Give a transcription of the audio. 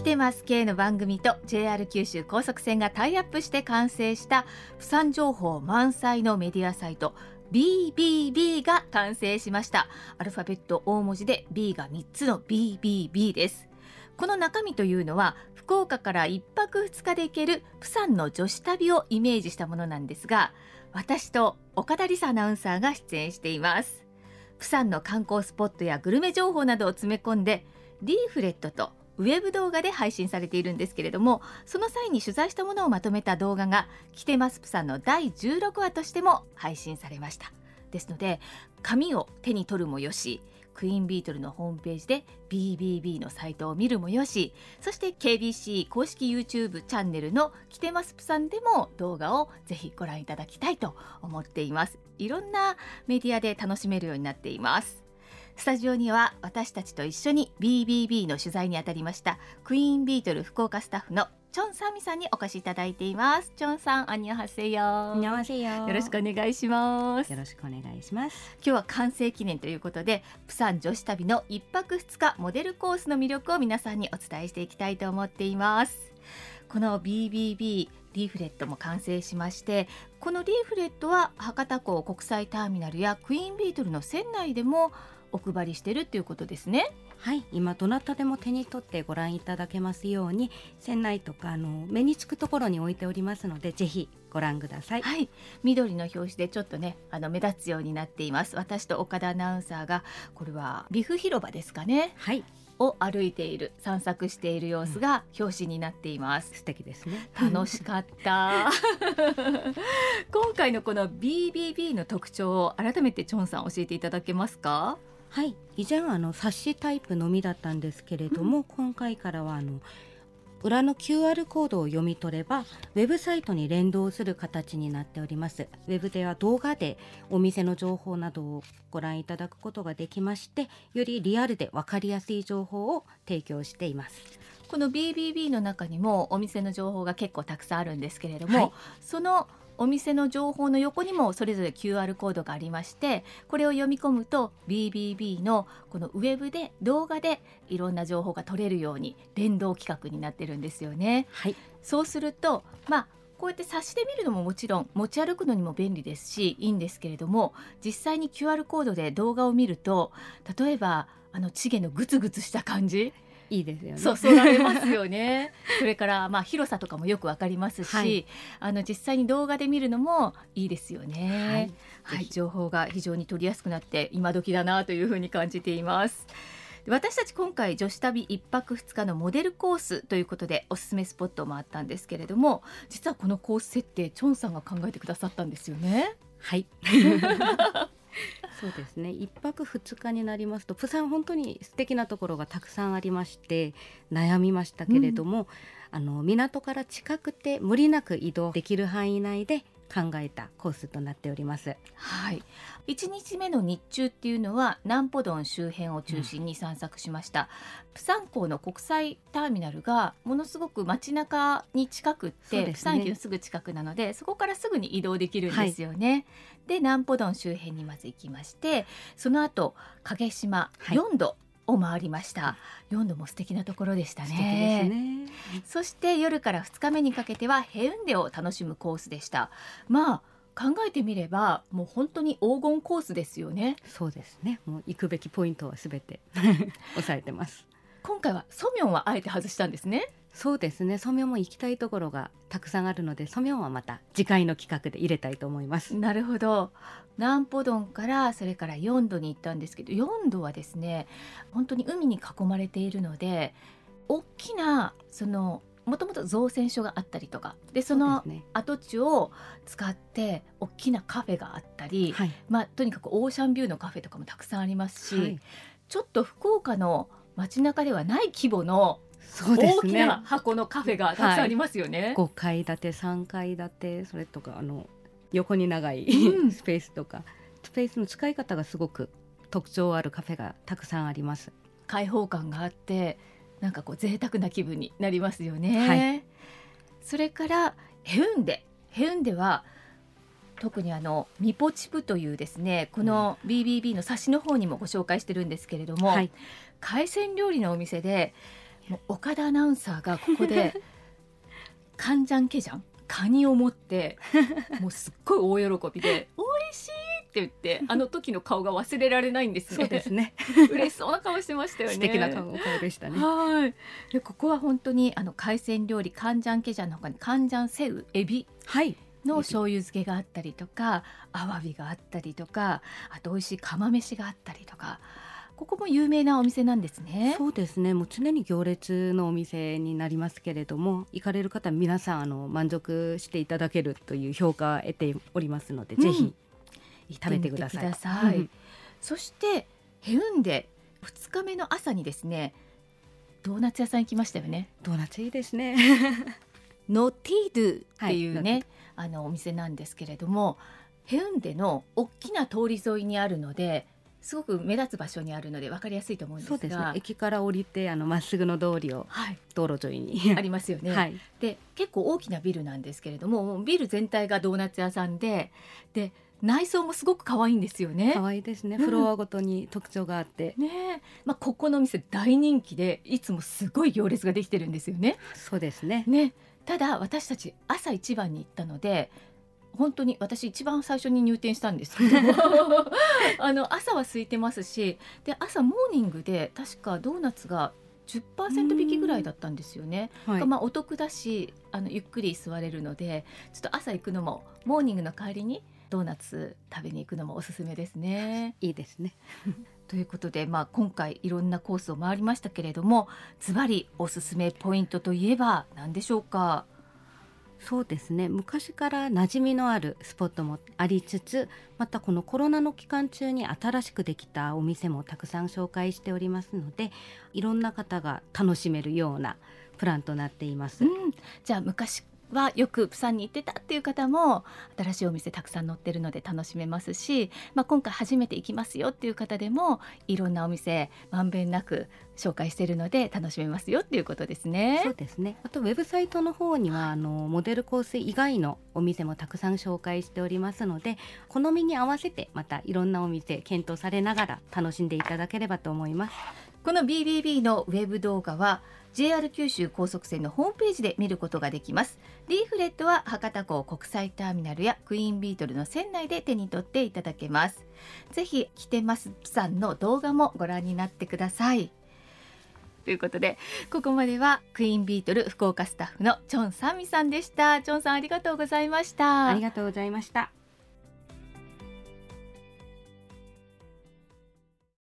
てます系の番組と JR 九州高速線がタイアップして完成した釜山情報満載のメディアサイト BBB が完成しました。アルファベット大文字で B が3つの BBB です。この中身というのは福岡から1泊2日で行ける釜山の女子旅をイメージしたものなんですが、私と岡田理沙アナウンサーが出演しています。釜山の観光スポットやグルメ情報などを詰め込んでリーフレットとウェブ動画で配信されているんですけれども、その際に取材したものをまとめた動画が来てます釜山の第16話としても配信されました。ですので紙を手に取るもよし、クイーンビートルのホームページで BBB のサイトを見るもよし、そして KBC 公式 YouTube チャンネルの来てます釜山でも動画をぜひご覧いただきたいと思っています。いろんなメディアで楽しめるようになっています。スタジオには私たちと一緒に BBB の取材に当たりましたクイーンビートル福岡スタッフのチョン・サンミさんにお越しいただいています。チョンさん、アンニョンハセヨ。 アンニョンハセヨ。 よろしくお願いします。 よろしくお願いします。 今日は完成記念ということで釜山女子旅の1泊2日モデルコースの魅力を皆さんにお伝えしていきたいと思っています。この BBB リーフレットも完成しまして、このリーフレットは博多港国際ターミナルやクイーンビートルの船内でもお配りしてるっていうことですね。 はい、今どなたでも手に取ってご覧いただけますように船内とか目につくところに置いておりますので、ぜひご覧ください。 はい、緑の表紙でちょっとね目立つようになっています。私と岡田アナウンサーがこれはビフ広場ですかね、 はい、 を歩いている散策している様子が表紙になっています。 素敵ですね。 楽しかった今回のこの BBB の特徴を改めてチョンさん教えていただけますか？ はい、以前は冊子タイプのみだったんですけれども、今回からは裏の QR コードを読み取ればウェブサイトに連動する形になっております。ウェブでは動画でお店の情報などをご覧いただくことができまして、よりリアルで分かりやすい情報を提供しています。 この BBB の中にもお店の情報が結構たくさんあるんですけれども、 はい、 そのお店の情報の横にもそれぞれ QR コードがありまして、これを読み込むと BBB のこのウェブで動画でいろんな情報が取れるように連動企画になってるんですよね。 はい、 そうするとこうやって冊子で見るのももちろん持ち歩くのにも便利ですしいいんですけれども、実際に QR コードで動画を見ると、例えばチゲのグツグツした感じ、 いいですよね。 そそられますよねそれから広さとかもよくわかりますし、はい、実際に動画で見るのもいいですよね。はい、はい、情報が非常に取りやすくなって今時だなというふうに感じています。私たち今回女子旅1泊2日のモデルコースということでおすすめスポットもあったんですけれども、実はこのコース設定チョンさんが考えてくださったんですよね。 はいそうですね、1泊2日になりますと釜山本当に素敵なところがたくさんありまして悩みましたけれども、港から近くて無理なく移動できる範囲内で考えたコースとなっております。 はい、1日目の日中っていうのは南浦洞周辺を中心に散策しました。釜山港の国際ターミナルがものすごく街中に近くって、釜山駅のすぐ近くなのでそこからすぐに移動できるんですよね。で南浦洞周辺にまず行きまして、その後影島4度を回りました。4度も素敵なところでしたね。 素敵ですね。 そして夜から2日目にかけてはヘウンデを楽しむコースでした。考えてみればもう本当に黄金コースですよね。 そうですね、もう行くべきポイントはすべて抑えてます。 今回はソミョンはあえて外したんですね。 そうですね、ソミョンも行きたいところがたくさんあるので、ソミョンはまた次回の企画で入れたいと思います。 なるほど。南浦洞からそれから4度に行ったんですけど、4度はですね本当に海に囲まれているので、大きなもともと造船所があったりとかで、その跡地を使って大きなカフェがあったり、はい、とにかくオーシャンビューのカフェとかもたくさんありますし、はい、ちょっと福岡の街中ではない規模の大きな箱のカフェがたくさんありますよね。はい、 5階建て3階建て、それとか横に長いスペースとか、スペースの使い方がすごく特徴あるカフェがたくさんあります。 開放感があってなんか贅沢な気分になりますよね。はい、それからヘウンデは特にミポチプというですね、この BBB の冊子の方にもご紹介してるんですけれども、はい、海鮮料理のお店でもう岡田アナウンサーがここでカンジャンケジャンカニを持ってもうすっごい大喜びで美味しいって言ってあの時の顔が忘れられないんですね。 そうですね嬉しそうな顔してましたよね。 素敵な顔でしたね。 はい。でここは本当に海鮮料理カンジャンケジャンの他にカンジャンセウエビはいの醤油漬けがあったりとかアワビがあったりとかあと美味しい釜飯があったりとかここも有名なお店なんですね。 そうですね、もう常に行列のお店になりますけれども、行かれる方皆さん満足していただけるという評価を得ておりますので、ぜひ食べてください。 そしてヘウンデ2日目の朝にですねドーナツ屋さん行きましたよね。 ドーナツいいですねノティドゥっていうね、お店なんですけれども、ヘウンデの大きな通り沿いにあるのですごく目立つ場所にあるので分かりやすいと思うんですが、 そうですね、駅から降りてまっすぐの通りを、道路沿いにありますよね、で結構大きなビルなんですけれども、ビル全体がドーナツ屋さんで内装もすごく可愛いんですよね。 可愛いですね、フロアごとに特徴があって、 ここの店大人気でいつもすごい行列ができてるんですよね。 そうですね。 ただ私たち朝一番に行ったので本当に私一番最初に入店したんですけど朝は空いてますし、で朝モーニングで確かドーナツが 10% 引きぐらいだったんですよね。お得だしゆっくり座れるので、ちょっと朝行くのもモーニングの代わりにドーナツ食べに行くのもおすすめですね。 いいですねということで、今回いろんなコースを回りましたけれども、ズバリおすすめポイントといえば何でしょうか？ そうですね、昔から馴染みのあるスポットもありつつ、またこのコロナの期間中に新しくできたお店もたくさん紹介しておりますので、いろんな方が楽しめるようなプランとなっています。 じゃあ昔はよくプサンに行ってたっていう方も新しいお店たくさん載ってるので楽しめますし、今回初めて行きますよっていう方でもいろんなお店まんべんなく紹介してるので楽しめますよっていうことですね。 そうですね。あとウェブサイトの方にはモデルコース以外のお店もたくさん紹介しておりますので、好みに合わせてまたいろんなお店検討されながら楽しんでいただければと思います。 この BBB のウェブ動画は JR 九州高速線のホームページで見ることができます。リーフレットは博多港国際ターミナルやクイーンビートルの線内で手に取っていただけます。ぜひ来てますプサンの動画もご覧になってください。ということでここまではクイーンビートル福岡スタッフのチョン・サンミさんでした。チョンさんありがとうございました。 ありがとうございました。